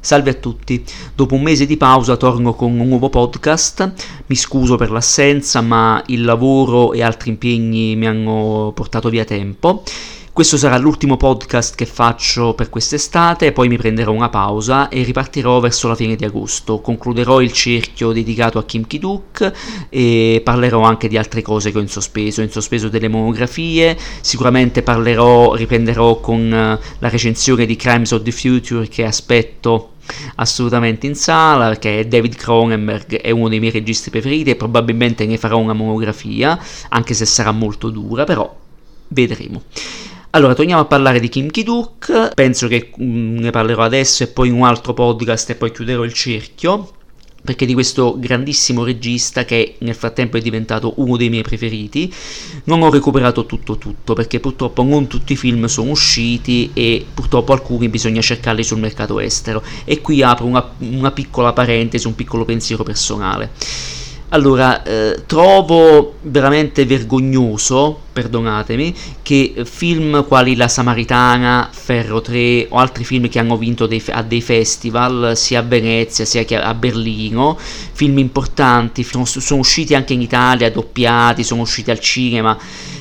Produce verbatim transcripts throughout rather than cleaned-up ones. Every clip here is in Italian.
Salve a tutti, dopo un mese di pausa torno con un nuovo podcast, mi scuso per l'assenza ma il lavoro e altri impegni mi hanno portato via tempo. Questo sarà l'ultimo podcast che faccio per quest'estate, poi mi prenderò una pausa e ripartirò verso la fine di agosto. Concluderò il cerchio dedicato a Kim Ki-duk e parlerò anche di altre cose che ho in sospeso. Ho in sospeso delle monografie, sicuramente parlerò, riprenderò con la recensione di Crimes of the Future che aspetto assolutamente in sala, perché David Cronenberg è uno dei miei registi preferiti e probabilmente ne farò una monografia, anche se sarà molto dura, però vedremo. Allora, torniamo a parlare di Kim Ki-duk, penso che mh, ne parlerò adesso e poi in un altro podcast e poi chiuderò il cerchio, perché di questo grandissimo regista che nel frattempo è diventato uno dei miei preferiti. Non ho recuperato tutto tutto, perché purtroppo non tutti i film sono usciti e purtroppo alcuni bisogna cercarli sul mercato estero, e qui apro una, una piccola parentesi, un piccolo pensiero personale. Allora, eh, trovo veramente vergognoso, perdonatemi, che film quali La Samaritana, Ferro tre o altri film che hanno vinto dei, a dei festival, sia a Venezia sia a Berlino, film importanti, sono, sono usciti anche in Italia, doppiati, sono usciti al cinema.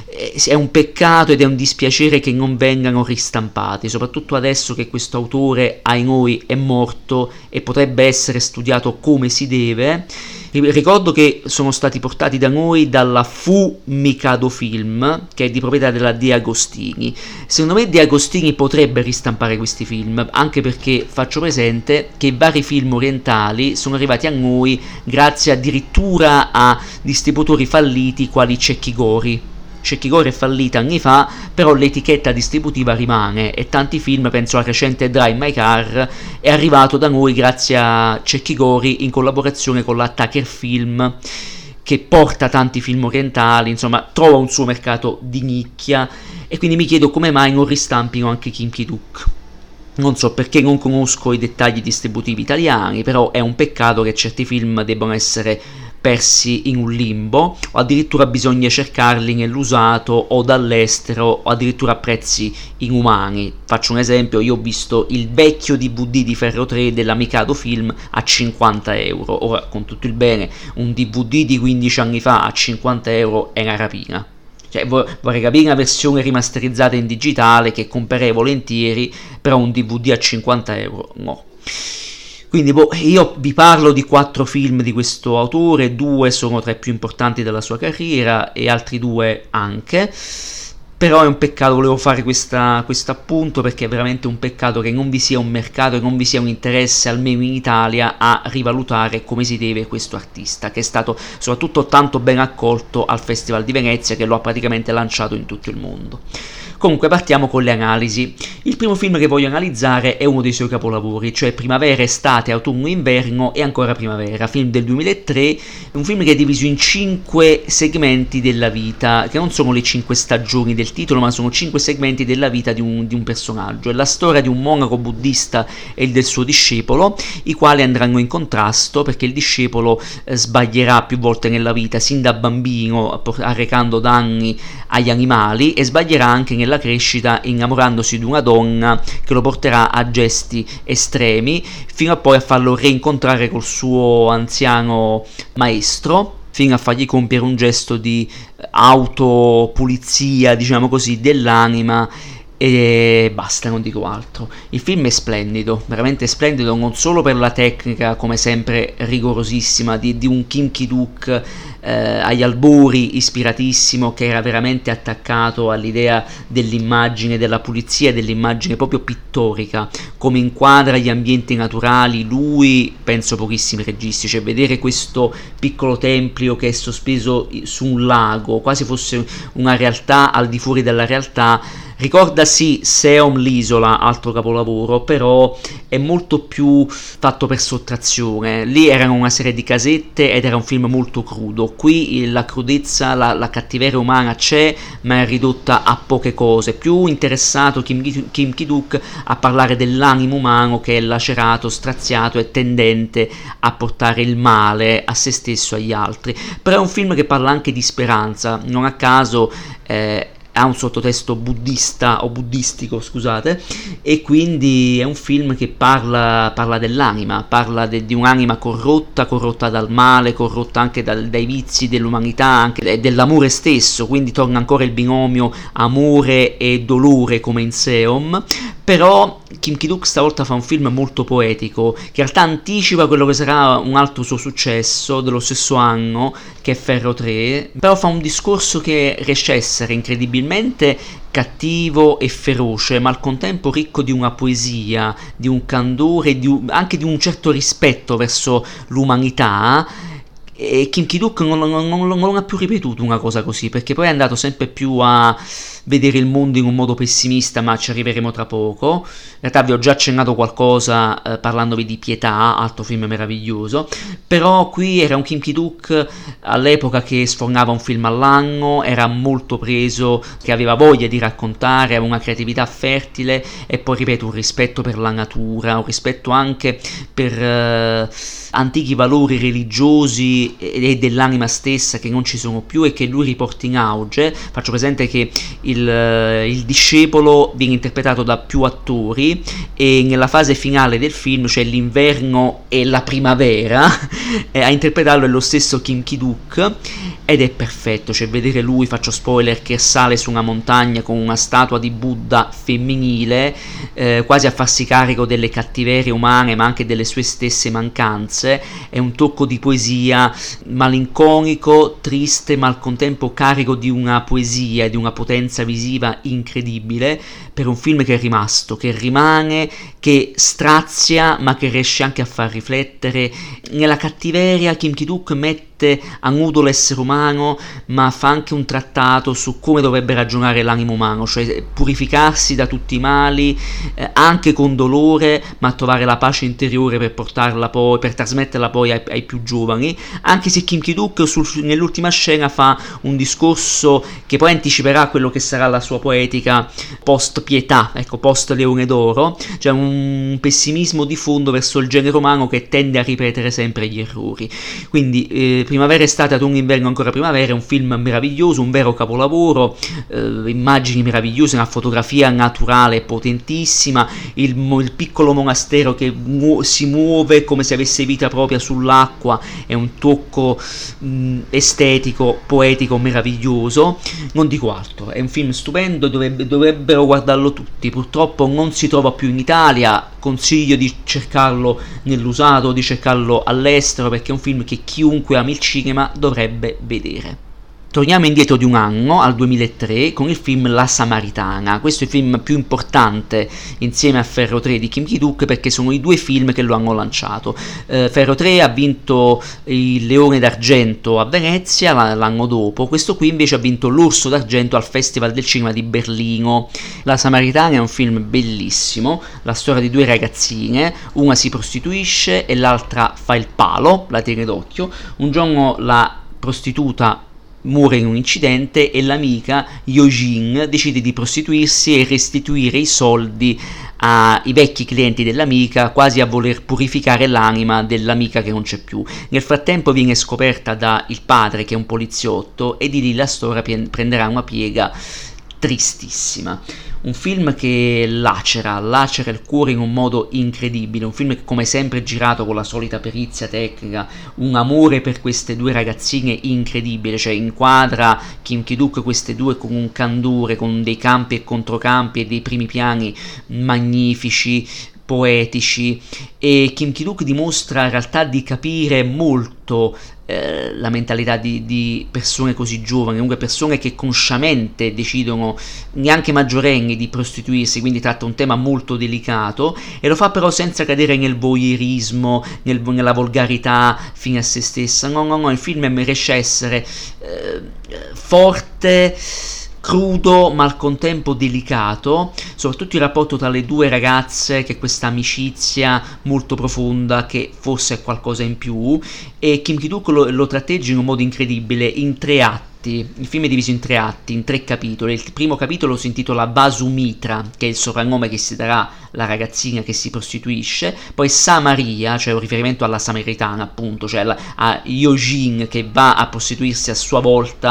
È un peccato ed è un dispiacere che non vengano ristampati, soprattutto adesso che questo autore, ai noi, è morto e potrebbe essere studiato come si deve. Ricordo che sono stati portati da noi dalla Fu Mikado Film, che è di proprietà della De Agostini. Secondo me De Agostini potrebbe ristampare questi film, anche perché faccio presente che vari film orientali sono arrivati a noi grazie addirittura a distributori falliti quali Cecchigori. Cecchigori è fallita anni fa, però l'etichetta distributiva rimane e tanti film, penso al recente Drive My Car, è arrivato da noi grazie a Cecchigori in collaborazione con la Tucker Film, che porta tanti film orientali, insomma trova un suo mercato di nicchia, e quindi mi chiedo come mai non ristampino anche Kim Ki-duk. Non so perché, non conosco i dettagli distributivi italiani, però è un peccato che certi film debbano essere persi in un limbo, o addirittura bisogna cercarli nell'usato o dall'estero, o addirittura a prezzi inumani. Faccio un esempio: io ho visto il vecchio D V D di Ferro tre della Mikado Film a cinquanta euro. Ora, con tutto il bene, un D V D di quindici anni fa a cinquanta euro è una rapina. Cioè, vorrei capire una versione rimasterizzata in digitale che comprerei volentieri, però un D V D a cinquanta euro no. Quindi boh, io vi parlo di quattro film di questo autore, due sono tra i più importanti della sua carriera e altri due anche, però è un peccato, volevo fare questa, questo appunto perché è veramente un peccato che non vi sia un mercato e non vi sia un interesse, almeno in Italia, a rivalutare come si deve questo artista, che è stato soprattutto tanto ben accolto al Festival di Venezia, che lo ha praticamente lanciato in tutto il mondo. Comunque partiamo con le analisi. Il primo film che voglio analizzare è uno dei suoi capolavori, cioè Primavera, Estate, Autunno, Inverno e ancora Primavera, film del duemilatré, un film che è diviso in cinque segmenti della vita, che non sono le cinque stagioni del titolo, ma sono cinque segmenti della vita di un, di un personaggio. È la storia di un monaco buddista e del suo discepolo, i quali andranno in contrasto perché il discepolo eh, sbaglierà più volte nella vita, sin da bambino, arrecando danni agli animali, e sbaglierà anche nella crescita innamorandosi di una donna che lo porterà a gesti estremi, fino a poi a farlo reincontrare col suo anziano maestro, fino a fargli compiere un gesto di autopulizia, diciamo così, dell'anima. E basta, non dico altro. Il film è splendido, veramente splendido, non solo per la tecnica, come sempre rigorosissima, di, di un Kim Ki-duk eh, agli albori, ispiratissimo, che era veramente attaccato all'idea dell'immagine, della pulizia, dell'immagine proprio pittorica, come inquadra gli ambienti naturali. Lui, penso pochissimi registi, cioè vedere questo piccolo tempio che è sospeso su un lago, quasi fosse una realtà al di fuori della realtà. Ricorda sì Seom l'isola, altro capolavoro, però è molto più fatto per sottrazione. Lì erano una serie di casette ed era un film molto crudo. Qui la crudezza, la, la cattiveria umana c'è, ma è ridotta a poche cose. Più interessato Kim, Kim Ki-duk a parlare dell'animo umano che è lacerato, straziato e tendente a portare il male a se stesso e agli altri. Però è un film che parla anche di speranza. Non a caso eh, ha un sottotesto buddista o buddistico, scusate, e quindi è un film che parla, parla dell'anima, parla de, di un'anima corrotta, corrotta dal male, corrotta anche dal, dai vizi dell'umanità, anche dell'amore stesso, quindi torna ancora il binomio amore e dolore come in Seom. Però Kim Ki-duk stavolta fa un film molto poetico, che in realtà anticipa quello che sarà un altro suo successo dello stesso anno, che è Ferro tre, però fa un discorso che riesce a essere incredibilmente cattivo e feroce, ma al contempo ricco di una poesia, di un candore, di un, anche di un certo rispetto verso l'umanità. E Kim Ki-duk non, non, non, non ha più ripetuto una cosa così, perché poi è andato sempre più a vedere il mondo in un modo pessimista, ma ci arriveremo tra poco. In realtà vi ho già accennato qualcosa eh, parlandovi di Pietà, altro film meraviglioso, però qui era un Kim Ki-duk all'epoca che sfornava un film all'anno, era molto preso, che aveva voglia di raccontare, aveva una creatività fertile e poi, ripeto, un rispetto per la natura, un rispetto anche per eh, antichi valori religiosi e dell'anima stessa che non ci sono più e che lui riporta in auge. Faccio presente che il, il discepolo viene interpretato da più attori e nella fase finale del film, cioè l'inverno e la primavera, eh, a interpretarlo è lo stesso Kim Ki-duk ed è perfetto, cioè vedere lui, faccio spoiler, che sale su una montagna con una statua di Buddha femminile, eh, quasi a farsi carico delle cattiverie umane ma anche delle sue stesse mancanze, è un tocco di poesia malinconico, triste, ma al contempo carico di una poesia e di una potenza visiva incredibile, per un film che è rimasto, che rimane, che strazia ma che riesce anche a far riflettere. Nella cattiveria Kim Ki-duk mette a nudo l'essere umano, ma fa anche un trattato su come dovrebbe ragionare l'animo umano, cioè purificarsi da tutti i mali, eh, anche con dolore, ma trovare la pace interiore per portarla poi, per trasmetterla poi ai, ai più giovani. Anche se Kim Ki-duk sul, nell'ultima scena fa un discorso che poi anticiperà quello che sarà la sua poetica post Pietà, ecco, post Leone d'Oro, cioè un pessimismo di fondo verso il genere umano che tende a ripetere sempre gli errori. Quindi eh, Primavera, estate, autunno, inverno, ancora primavera è un film meraviglioso, un vero capolavoro, eh, immagini meravigliose, una fotografia naturale potentissima, il, il piccolo monastero che mu- si muove come se avesse vita propria sull'acqua, è un tocco mh, estetico, poetico, meraviglioso. Non dico altro, è un film stupendo, dovrebbe, dovrebbero guardarlo tutti. Purtroppo non si trova più in Italia, consiglio di cercarlo nell'usato, di cercarlo all'estero, perché è un film che chiunque ami il cinema dovrebbe vedere. Torniamo indietro di un anno, al duemilatré, con il film La Samaritana. Questo è il film più importante insieme a Ferro tre di Kim Ki-duk, perché sono i due film che lo hanno lanciato. Eh, Ferro tre ha vinto il Leone d'Argento a Venezia l'anno dopo, questo qui invece ha vinto l'Orso d'Argento al Festival del Cinema di Berlino. La Samaritana è un film bellissimo, la storia di due ragazzine, una si prostituisce e l'altra fa il palo, la tiene d'occhio. Un giorno la prostituta muore in un incidente e l'amica Yojin decide di prostituirsi e restituire i soldi ai vecchi clienti dell'amica, quasi a voler purificare l'anima dell'amica che non c'è più. Nel frattempo viene scoperta da il padre, che è un poliziotto, e di lì la storia prenderà una piega tristissima. Un film che lacera, lacera il cuore in un modo incredibile, un film che come sempre è girato con la solita perizia tecnica, un amore per queste due ragazzine incredibile, cioè inquadra Kim Ki-duk queste due con un candore, con dei campi e controcampi e dei primi piani magnifici, poetici, e Kim Ki-duk dimostra in realtà di capire molto eh, la mentalità di, di persone così giovani, comunque persone che consciamente decidono, neanche maggiorenni, di prostituirsi, quindi tratta un tema molto delicato e lo fa però senza cadere nel voyeurismo, nel, nella volgarità fine a se stessa. No, no, no, il film riesce a essere eh, forte, crudo ma al contempo delicato, soprattutto il rapporto tra le due ragazze, che è questa amicizia molto profonda che forse è qualcosa in più, e Kim Ki-duk lo, lo tratteggia in un modo incredibile in tre atti. Il film è diviso in tre atti, in tre capitoli. Il primo capitolo si intitola Vasumitra, che è il soprannome che si darà alla ragazzina che si prostituisce, poi Samaria, cioè un riferimento alla Samaritana appunto, cioè a Yojin che va a prostituirsi a sua volta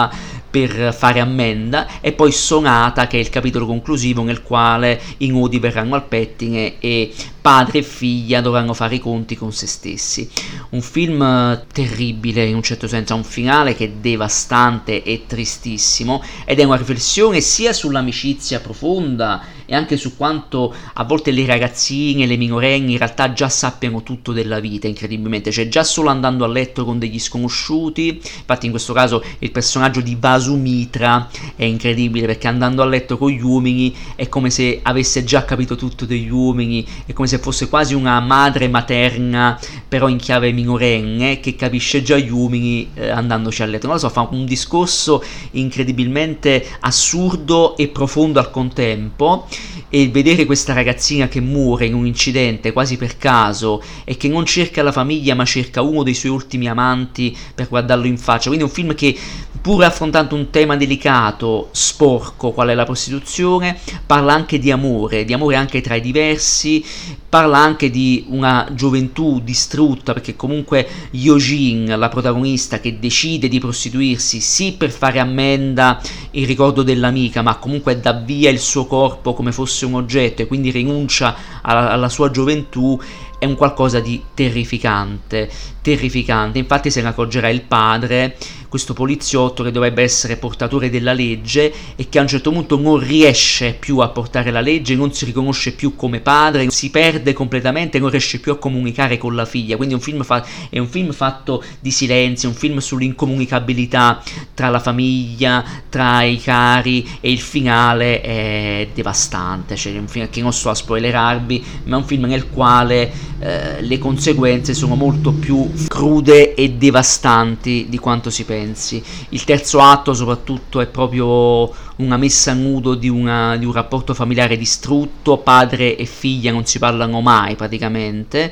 per fare ammenda, e poi Sonata, che è il capitolo conclusivo nel quale i nodi verranno al pettine e padre e figlia dovranno fare i conti con se stessi. Un film terribile in un certo senso, ha un finale che è devastante e tristissimo, ed è una riflessione sia sull'amicizia profonda e anche su quanto a volte le ragazzine, le minorenni in realtà già sappiano tutto della vita, incredibilmente, cioè già solo andando a letto con degli sconosciuti. Infatti in questo caso il personaggio di Vasumitra è incredibile, perché andando a letto con gli uomini è come se avesse già capito tutto degli uomini, è come se fosse quasi una madre materna però in chiave minorenne che capisce già gli uomini eh, andandoci a letto. Non lo so, fa un discorso incredibilmente assurdo e profondo al contempo, e vedere questa ragazzina che muore in un incidente quasi per caso e che non cerca la famiglia ma cerca uno dei suoi ultimi amanti per guardarlo in faccia. Quindi è un film che, pur affrontando un tema delicato, sporco, qual è la prostituzione, parla anche di amore, di amore anche tra i diversi, parla anche di una gioventù distrutta, perché comunque Yojin, la protagonista, che decide di prostituirsi sì per fare ammenda in ricordo dell'amica, ma comunque dà via il suo corpo come fosse un oggetto e quindi rinuncia alla, alla sua gioventù, è un qualcosa di terrificante, terrificante. Infatti se ne accorgerà il padre, questo poliziotto che dovrebbe essere portatore della legge e che a un certo punto non riesce più a portare la legge, non si riconosce più come padre, si perde completamente, non riesce più a comunicare con la figlia. Quindi è un film, fa- è un film fatto di silenzio, un film sull'incomunicabilità tra la famiglia, tra i cari, e il finale è devastante. Cioè è un film che non sto a spoilerarvi, ma è un film nel quale eh, le conseguenze sono molto più crude e devastanti di quanto si pensi. Il terzo atto soprattutto è proprio una messa a nudo di, una, di un rapporto familiare distrutto, padre e figlia non si parlano mai praticamente,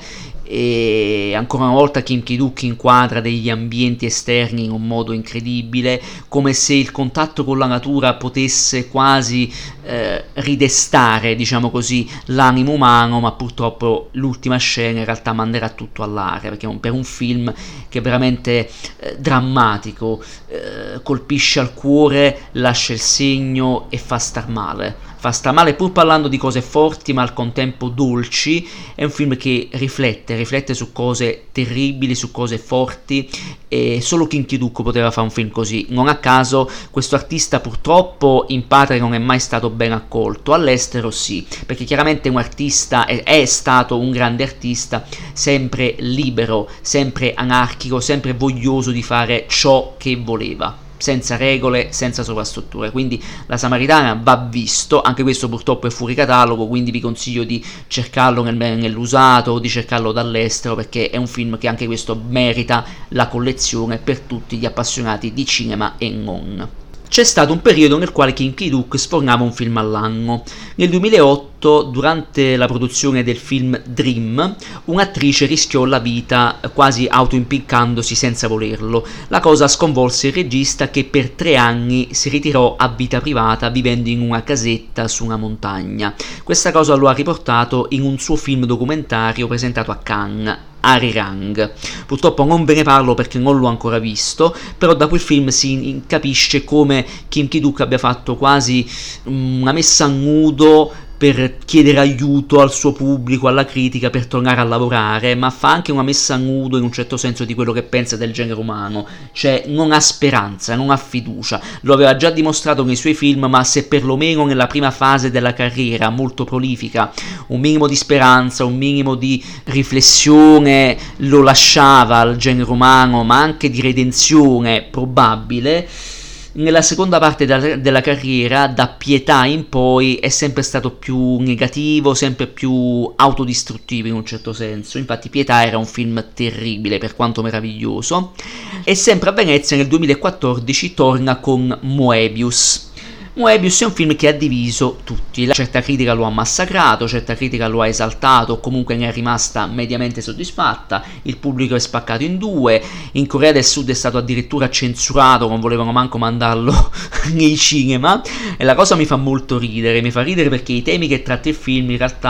e ancora una volta Kim Ki-duk inquadra degli ambienti esterni in un modo incredibile, come se il contatto con la natura potesse quasi eh, ridestare, diciamo così, l'animo umano, ma purtroppo l'ultima scena in realtà manderà tutto all'aria, perché per un film che è veramente eh, drammatico, eh, colpisce al cuore, lascia il segno e fa star male. Fa star male pur parlando di cose forti ma al contempo dolci. È un film che riflette, riflette su cose terribili, su cose forti, e solo Kim Ki-duk poteva fare un film così. Non a caso questo artista purtroppo in patria non è mai stato ben accolto, all'estero sì, perché chiaramente un artista è, è stato un grande artista, sempre libero, sempre anarchico, sempre voglioso di fare ciò che voleva, senza regole, senza sovrastrutture. Quindi La Samaritana va visto, anche questo purtroppo è fuori catalogo, quindi vi consiglio di cercarlo nel, nell'usato o di cercarlo dall'estero, perché è un film che anche questo merita la collezione per tutti gli appassionati di cinema e non. C'è stato un periodo nel quale Kim Ki-duk sfornava un film all'anno. Nel duemilaotto, durante la produzione del film Dream, un'attrice rischiò la vita quasi autoimpiccandosi senza volerlo. La cosa sconvolse il regista, che per tre anni si ritirò a vita privata vivendo in una casetta su una montagna. Questa cosa lo ha riportato in un suo film documentario presentato a Cannes, Arirang. Purtroppo non ve ne parlo perché non l'ho ancora visto, però da quel film si capisce come Kim Ki-duk abbia fatto quasi una messa a nudo per chiedere aiuto al suo pubblico, alla critica, per tornare a lavorare, ma fa anche una messa a nudo in un certo senso di quello che pensa del genere umano, cioè non ha speranza, non ha fiducia. Lo aveva già dimostrato nei suoi film, ma se perlomeno nella prima fase della carriera molto prolifica un minimo di speranza, un minimo di riflessione lo lasciava al genere umano, ma anche di redenzione probabile, nella seconda parte della, della carriera, da Pietà in poi, è sempre stato più negativo, sempre più autodistruttivo in un certo senso. Infatti Pietà era un film terribile per quanto meraviglioso. E sempre a Venezia nel duemilaquattordici torna con Moebius. Moebius è un film che ha diviso tutti, certa critica lo ha massacrato, certa critica lo ha esaltato, comunque ne è rimasta mediamente soddisfatta, il pubblico è spaccato in due, in Corea del Sud è stato addirittura censurato, non volevano manco mandarlo nei cinema, e la cosa mi fa molto ridere, mi fa ridere perché i temi che tratta il film in realtà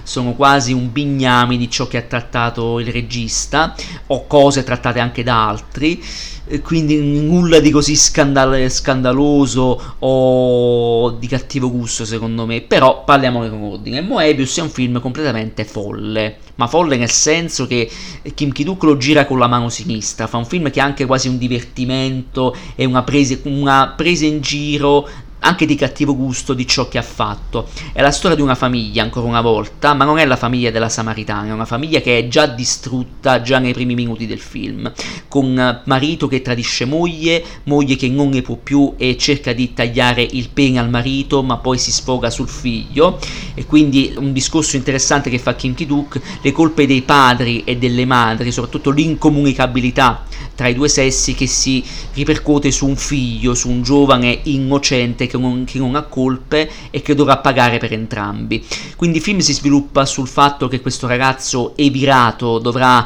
sono quasi un bignami di ciò che ha trattato il regista, o cose trattate anche da altri, quindi nulla di così scandal- scandaloso o di cattivo gusto secondo me. Però parliamone con ordine. Moebius è un film completamente folle, ma folle nel senso che Kim Ki-duk lo gira con la mano sinistra, fa un film che è anche quasi un divertimento e una presa, una presa in giro anche di cattivo gusto di ciò che ha fatto. È la storia di una famiglia, ancora una volta, ma non è la famiglia della Samaritana, è una famiglia che è già distrutta già nei primi minuti del film, con marito che tradisce moglie, moglie che non ne può più e cerca di tagliare il pene al marito, ma poi si sfoga sul figlio. E quindi un discorso interessante che fa Kim Ki-duk, le colpe dei padri e delle madri, soprattutto l'incomunicabilità tra i due sessi che si ripercuote su un figlio, su un giovane innocente che non, che non ha colpe e che dovrà pagare per entrambi. Quindi il film si sviluppa sul fatto che questo ragazzo evirato dovrà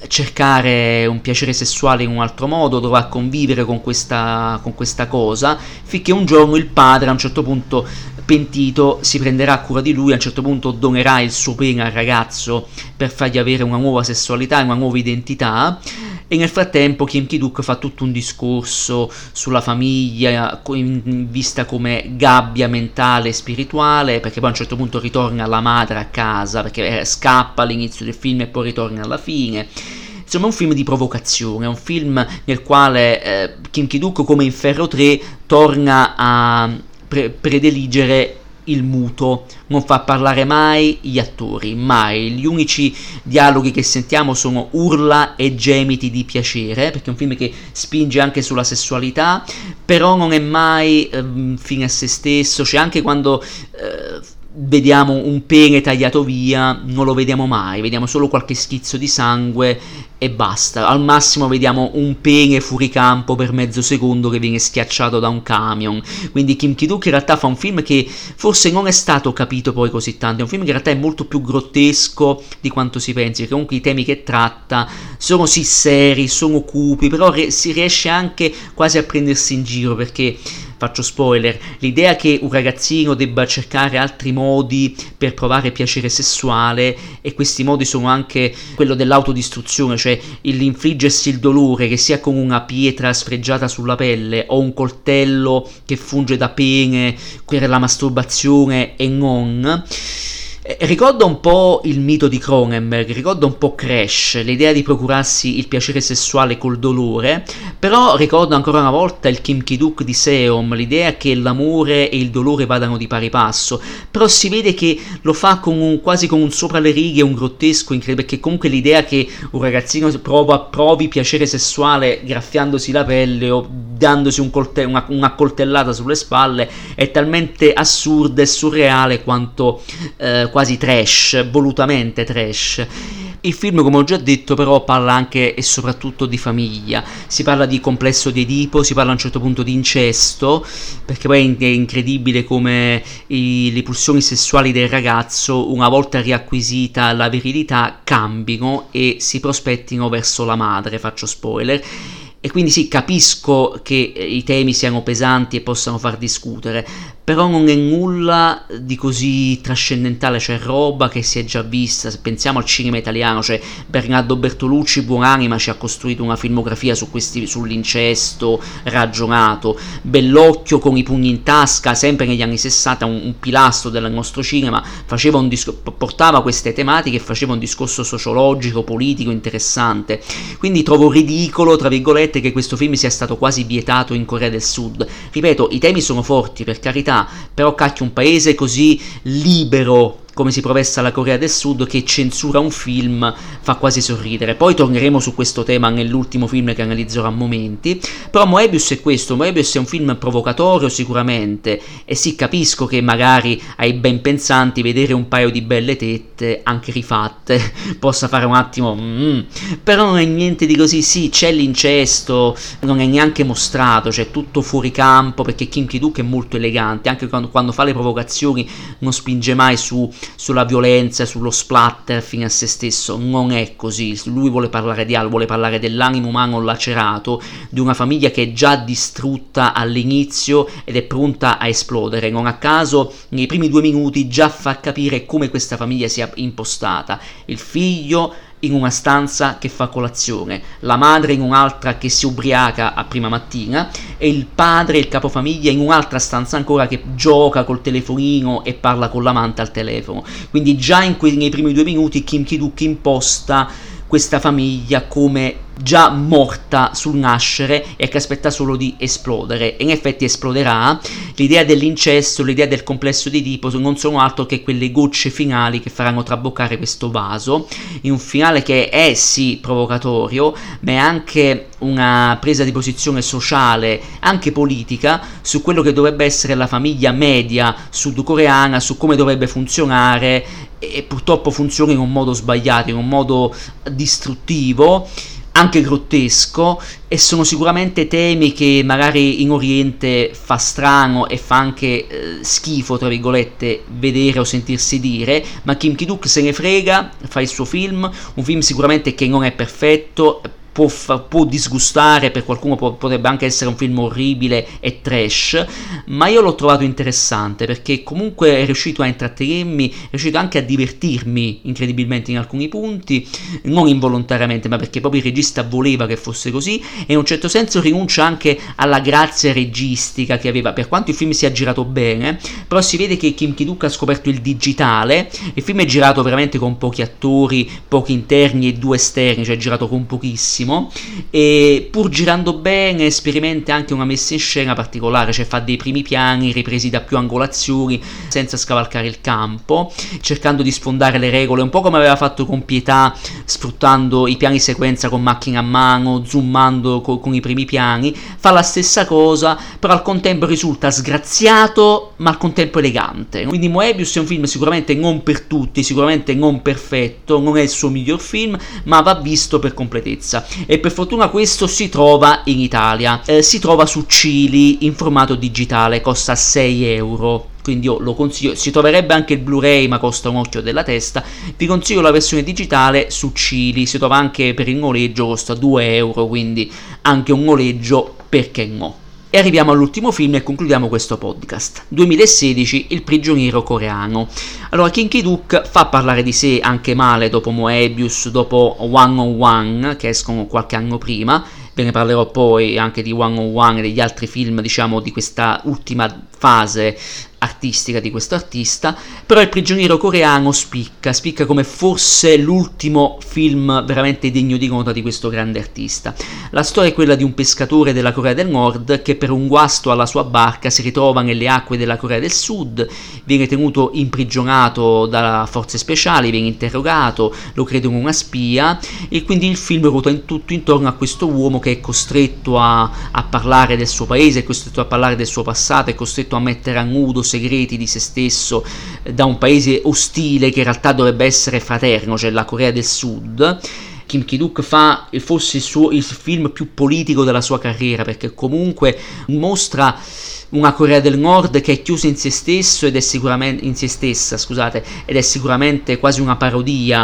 cercare un piacere sessuale in un altro modo, dovrà convivere con questa, con questa cosa, finché un giorno il padre a un certo punto, pentito, si prenderà cura di lui, a un certo punto donerà il suo pene al ragazzo per fargli avere una nuova sessualità, una nuova identità. E nel frattempo Kim Ki-duk fa tutto un discorso sulla famiglia vista come gabbia mentale e spirituale, perché poi a un certo punto ritorna la madre a casa, perché scappa all'inizio del film e poi ritorna alla fine. Insomma è un film di provocazione, è un film nel quale eh, Kim Ki-duk, come in Ferro tre, torna a pre- prediligere il muto, non fa parlare mai gli attori, mai. Gli unici dialoghi che sentiamo sono urla e gemiti di piacere, perché è un film che spinge anche sulla sessualità, però non è mai ehm, fine a se stesso. C'è anche quando eh, vediamo un pene tagliato via, non lo vediamo mai, vediamo solo qualche schizzo di sangue e basta. Al massimo vediamo un pene fuoricampo per mezzo secondo che viene schiacciato da un camion. Quindi Kim Ki-duk in realtà fa un film che forse non è stato capito poi così tanto, è un film che in realtà è molto più grottesco di quanto si pensi, perché comunque i temi che tratta sono sì seri, sono cupi, però re- si riesce anche quasi a prendersi in giro, perché faccio spoiler, l'idea che un ragazzino debba cercare altri modi per provare piacere sessuale, e questi modi sono anche quello dell'autodistruzione, cioè l'infliggersi il dolore, che sia con una pietra sfregiata sulla pelle o un coltello che funge da pene per la masturbazione e non. Ricorda un po' il mito di Cronenberg, ricorda un po' Crash, l'idea di procurarsi il piacere sessuale col dolore, però ricorda ancora una volta il Kim Ki-duk di Seom, l'idea che l'amore e il dolore vadano di pari passo, però si vede che lo fa con un, quasi con un sopra le righe, un grottesco incredibile, perché comunque l'idea che un ragazzino prova, provi piacere sessuale graffiandosi la pelle o dandosi un colte- una, una coltellata sulle spalle è talmente assurda e surreale quanto eh, quasi trash, volutamente trash. Il film, come ho già detto, però parla anche e soprattutto di famiglia, si parla di complesso di Edipo, si parla a un certo punto di incesto, perché poi è incredibile come i, le pulsioni sessuali del ragazzo, una volta riacquisita la virilità, cambino e si prospettino verso la madre, faccio spoiler. E quindi sì, capisco che i temi siano pesanti e possano far discutere, però non è nulla di così trascendentale, cioè roba che si è già vista. Se pensiamo al cinema italiano, cioè Bernardo Bertolucci, buonanima, ci ha costruito una filmografia su questi, sull'incesto ragionato. Bellocchio con i pugni in tasca, sempre negli anni sessanta, un, un pilastro del nostro cinema, faceva un disco, portava queste tematiche e faceva un discorso sociologico, politico interessante. Quindi trovo ridicolo, tra virgolette, che questo film sia stato quasi vietato in Corea del Sud. Ripeto, i temi sono forti, per carità, però cacchio, un paese così libero come si professa la Corea del Sud che censura un film fa quasi sorridere. Poi torneremo su questo tema nell'ultimo film che analizzerò a momenti. Però Moebius è questo, Moebius è un film provocatorio sicuramente, e sì, capisco che magari ai ben pensanti vedere un paio di belle tette, anche rifatte, possa fare un attimo mm, però non è niente di così. Sì, c'è l'incesto, non è neanche mostrato, c'è tutto fuori campo, perché Kim Ki-duk è molto elegante, anche quando, quando fa le provocazioni non spinge mai su sulla violenza, sullo splatter fine a se stesso. Non è così. Lui vuole parlare di altro, vuole parlare dell'animo umano lacerato, di una famiglia che è già distrutta all'inizio ed è pronta a esplodere. Non a caso nei primi due minuti già fa capire come questa famiglia sia impostata: il figlio in una stanza che fa colazione, la madre in un'altra che si ubriaca a prima mattina e il padre, il capofamiglia, in un'altra stanza ancora che gioca col telefonino e parla con l'amante al telefono. Quindi già in que- nei primi due minuti Kim Ki-duk imposta questa famiglia come già morta sul nascere e che aspetta solo di esplodere, e in effetti esploderà. L'idea dell'incesto, l'idea del complesso di Edipo non sono altro che quelle gocce finali che faranno traboccare questo vaso, in un finale che è sì provocatorio, ma è anche una presa di posizione sociale, anche politica, su quello che dovrebbe essere la famiglia media sudcoreana, su come dovrebbe funzionare, e purtroppo funziona in un modo sbagliato, in un modo distruttivo, anche grottesco, e sono sicuramente temi che magari in Oriente fa strano e fa anche eh, schifo, tra virgolette, vedere o sentirsi dire, ma Kim Ki-duk se ne frega, fa il suo film, un film sicuramente che non è perfetto, Può, fa, può disgustare, per qualcuno può, potrebbe anche essere un film orribile e trash, ma io l'ho trovato interessante perché comunque è riuscito a intrattenermi, è riuscito anche a divertirmi incredibilmente in alcuni punti, non involontariamente, ma perché proprio il regista voleva che fosse così, e in un certo senso rinuncia anche alla grazia registica che aveva, per quanto il film sia girato bene, però si vede che Kim Ki-duk ha scoperto il digitale. Il film è girato veramente con pochi attori, pochi interni e due esterni, cioè è girato con pochissimo, e pur girando bene sperimenta anche una messa in scena particolare, cioè fa dei primi piani ripresi da più angolazioni senza scavalcare il campo, cercando di sfondare le regole, un po' come aveva fatto con Pietà, sfruttando i piani sequenza con macchina a mano, zoomando co- con i primi piani. Fa la stessa cosa, però al contempo risulta sgraziato ma al contempo elegante. Quindi Moebius è un film sicuramente non per tutti, sicuramente non perfetto, non è il suo miglior film, ma va visto per completezza. E per fortuna questo si trova in Italia, eh, si trova su Cili in formato digitale, costa sei euro, quindi io lo consiglio. Si troverebbe anche il Blu-ray, ma costa un occhio della testa. Vi consiglio la versione digitale su Cili, si trova anche per il noleggio, costa due euro, quindi anche un noleggio, perché no. E arriviamo all'ultimo film e concludiamo questo podcast. duemilasedici, Il prigioniero coreano. Allora, Kim Ki-duk fa parlare di sé anche male dopo Moebius, dopo One on One, che escono qualche anno prima. Ve ne parlerò poi anche di One on One e degli altri film, diciamo, di questa ultima fase artistica di questo artista. Però Il prigioniero coreano spicca, spicca come forse l'ultimo film veramente degno di nota di questo grande artista. La storia è quella di un pescatore della Corea del Nord che per un guasto alla sua barca si ritrova nelle acque della Corea del Sud, viene tenuto imprigionato da forze speciali, viene interrogato, lo credono una spia, e quindi il film ruota in tutto intorno a questo uomo che è costretto a, a parlare del suo paese, è costretto a parlare del suo passato, è costretto a mettere a nudo segreti di se stesso da un paese ostile che in realtà dovrebbe essere fraterno, cioè la Corea del Sud. Kim Ki-duk fa forse il, suo, il film più politico della sua carriera, perché comunque mostra una Corea del Nord che è chiusa in se stesso ed è sicuramente in se stessa, scusate, ed è sicuramente quasi una parodia.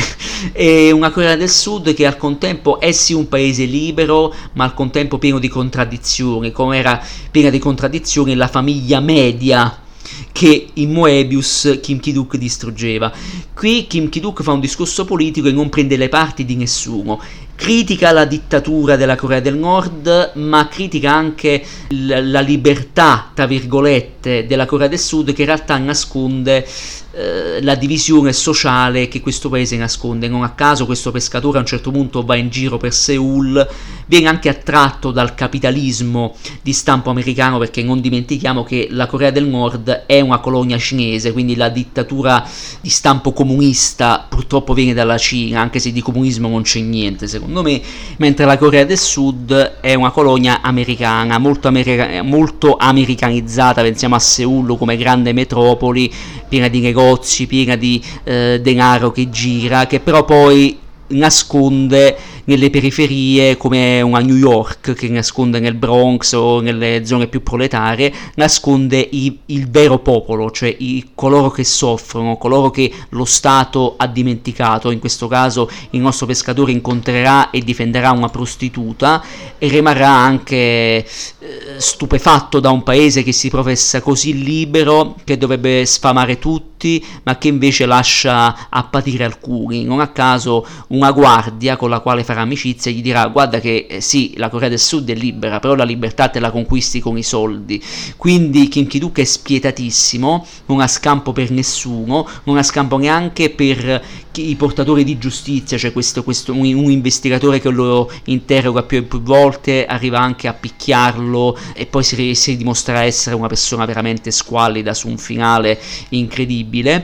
E una Corea del Sud che al contempo è sì un paese libero, ma al contempo pieno di contraddizioni, come era piena di contraddizioni la famiglia media che in Moebius Kim Ki-duk distruggeva. Qui Kim Ki-duk fa un discorso politico e non prende le parti di nessuno. Critica la dittatura della Corea del Nord, ma critica anche l- la libertà, tra virgolette, della Corea del Sud, che in realtà nasconde eh, la divisione sociale che questo paese nasconde. Non a caso questo pescatore a un certo punto va in giro per Seoul, viene anche attratto dal capitalismo di stampo americano, perché non dimentichiamo che la Corea del Nord è una colonia cinese, quindi la dittatura di stampo comunista purtroppo viene dalla Cina, anche se di comunismo non c'è niente secondo me, mentre la Corea del Sud è una colonia americana, molto, america- molto americanizzata. Pensiamo a Seoul come grande metropoli, piena di negozi, piena di eh, denaro che gira, che però poi nasconde nelle periferie, come una New York che nasconde nel Bronx o nelle zone più proletarie, nasconde i, il vero popolo, cioè i, coloro che soffrono, coloro che lo Stato ha dimenticato. In questo caso il nostro pescatore incontrerà e difenderà una prostituta e rimarrà anche eh, stupefatto da un paese che si professa così libero, che dovrebbe sfamare tutti, ma che invece lascia a patire alcuni. Non a caso una guardia con la quale farà amicizia gli dirà: guarda che eh, sì, la Corea del Sud è libera, però la libertà te la conquisti con i soldi. Quindi Kim Ki-duk è spietatissimo, non ha scampo per nessuno, non ha scampo neanche per i portatori di giustizia, cioè questo, questo un, un investigatore che lo interroga più e più volte, arriva anche a picchiarlo e poi si, si dimostra essere una persona veramente squallida su un finale incredibile.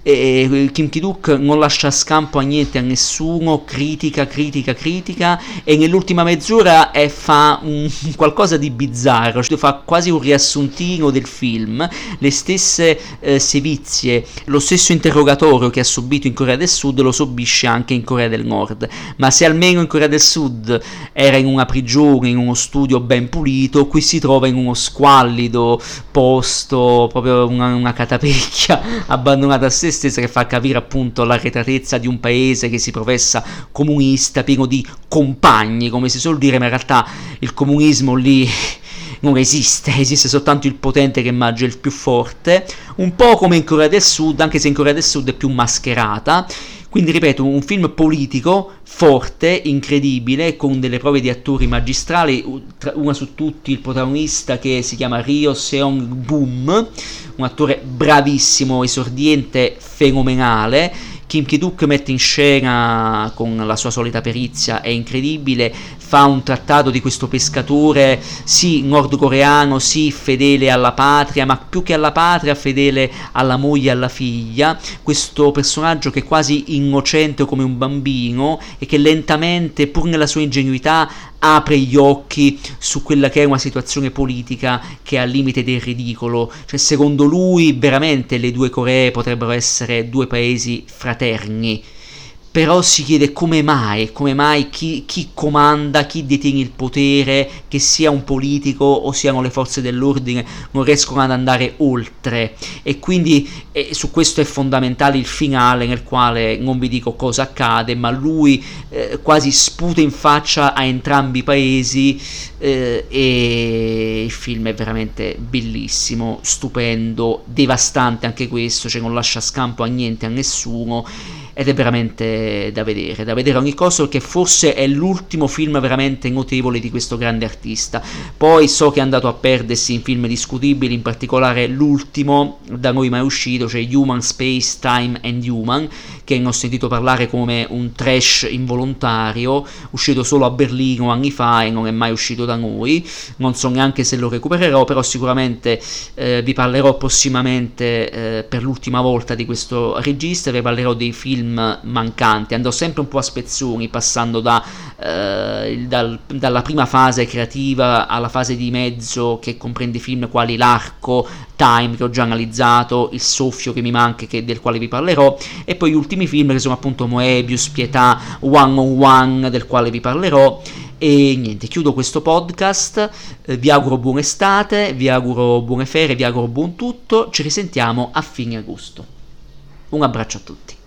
E Kim Ki-duk non lascia scampo a niente, a nessuno, critica, critica, critica, e nell'ultima mezz'ora eh, fa un, qualcosa di bizzarro, cioè fa quasi un riassuntino del film, le stesse eh, sevizie, lo stesso interrogatorio che ha subito in Corea del Sud lo subisce anche in Corea del Nord. Ma se almeno in Corea del Sud era in una prigione, in uno studio ben pulito, qui si trova in uno squallido posto, proprio una, una catapecchia abbandonata a se stessa, che fa capire appunto l'arretratezza di un paese che si professa comunista, pieno di compagni, come si suol dire, ma in realtà il comunismo lì non esiste, esiste soltanto il potente che mangia il più forte, un po' come in Corea del Sud, anche se in Corea del Sud è più mascherata. Quindi ripeto, un film politico, forte, incredibile, con delle prove di attori magistrali, una su tutti il protagonista che si chiama Ryo Seong-boom, un attore bravissimo, esordiente, fenomenale. Kim Ki-duk mette in scena con la sua solita perizia, è incredibile, fa un trattato di questo pescatore, sì, nordcoreano, sì, fedele alla patria, ma più che alla patria, fedele alla moglie e alla figlia, questo personaggio che è quasi innocente come un bambino e che lentamente, pur nella sua ingenuità, apre gli occhi su quella che è una situazione politica che è al limite del ridicolo. Cioè, secondo lui veramente le due Coree potrebbero essere due paesi fraterni, però si chiede come mai, come mai chi, chi comanda, chi detiene il potere, che sia un politico o siano le forze dell'ordine, non riescono ad andare oltre. E quindi eh, su questo è fondamentale il finale, nel quale non vi dico cosa accade, ma lui eh, quasi sputa in faccia a entrambi i paesi, eh, e il film è veramente bellissimo, stupendo, devastante anche questo, cioè non lascia scampo a niente, a nessuno, ed è veramente da vedere, da vedere a ogni costo, perché forse è l'ultimo film veramente notevole di questo grande artista. Poi so che è andato a perdersi in film discutibili, in particolare l'ultimo da noi mai uscito, cioè Human, Space, Time and Human, che ne ho sentito parlare come un trash involontario, uscito solo a Berlino anni fa e non è mai uscito da noi. Non so neanche se lo recupererò, però sicuramente eh, vi parlerò prossimamente eh, per l'ultima volta di questo regista, vi parlerò dei film mancanti. Andrò sempre un po' a spezzoni, passando da, eh, dal, dalla prima fase creativa alla fase di mezzo, che comprende film quali L'Arco, Time, che ho già analizzato, Il Soffio che mi manca, che, del quale vi parlerò, e poi gli ultimi film che sono appunto Moebius, Pietà, One on One, del quale vi parlerò. E niente, chiudo questo podcast, eh, vi auguro buona estate, vi auguro buone ferie, vi auguro buon tutto, ci risentiamo a fine agosto. Un abbraccio a tutti.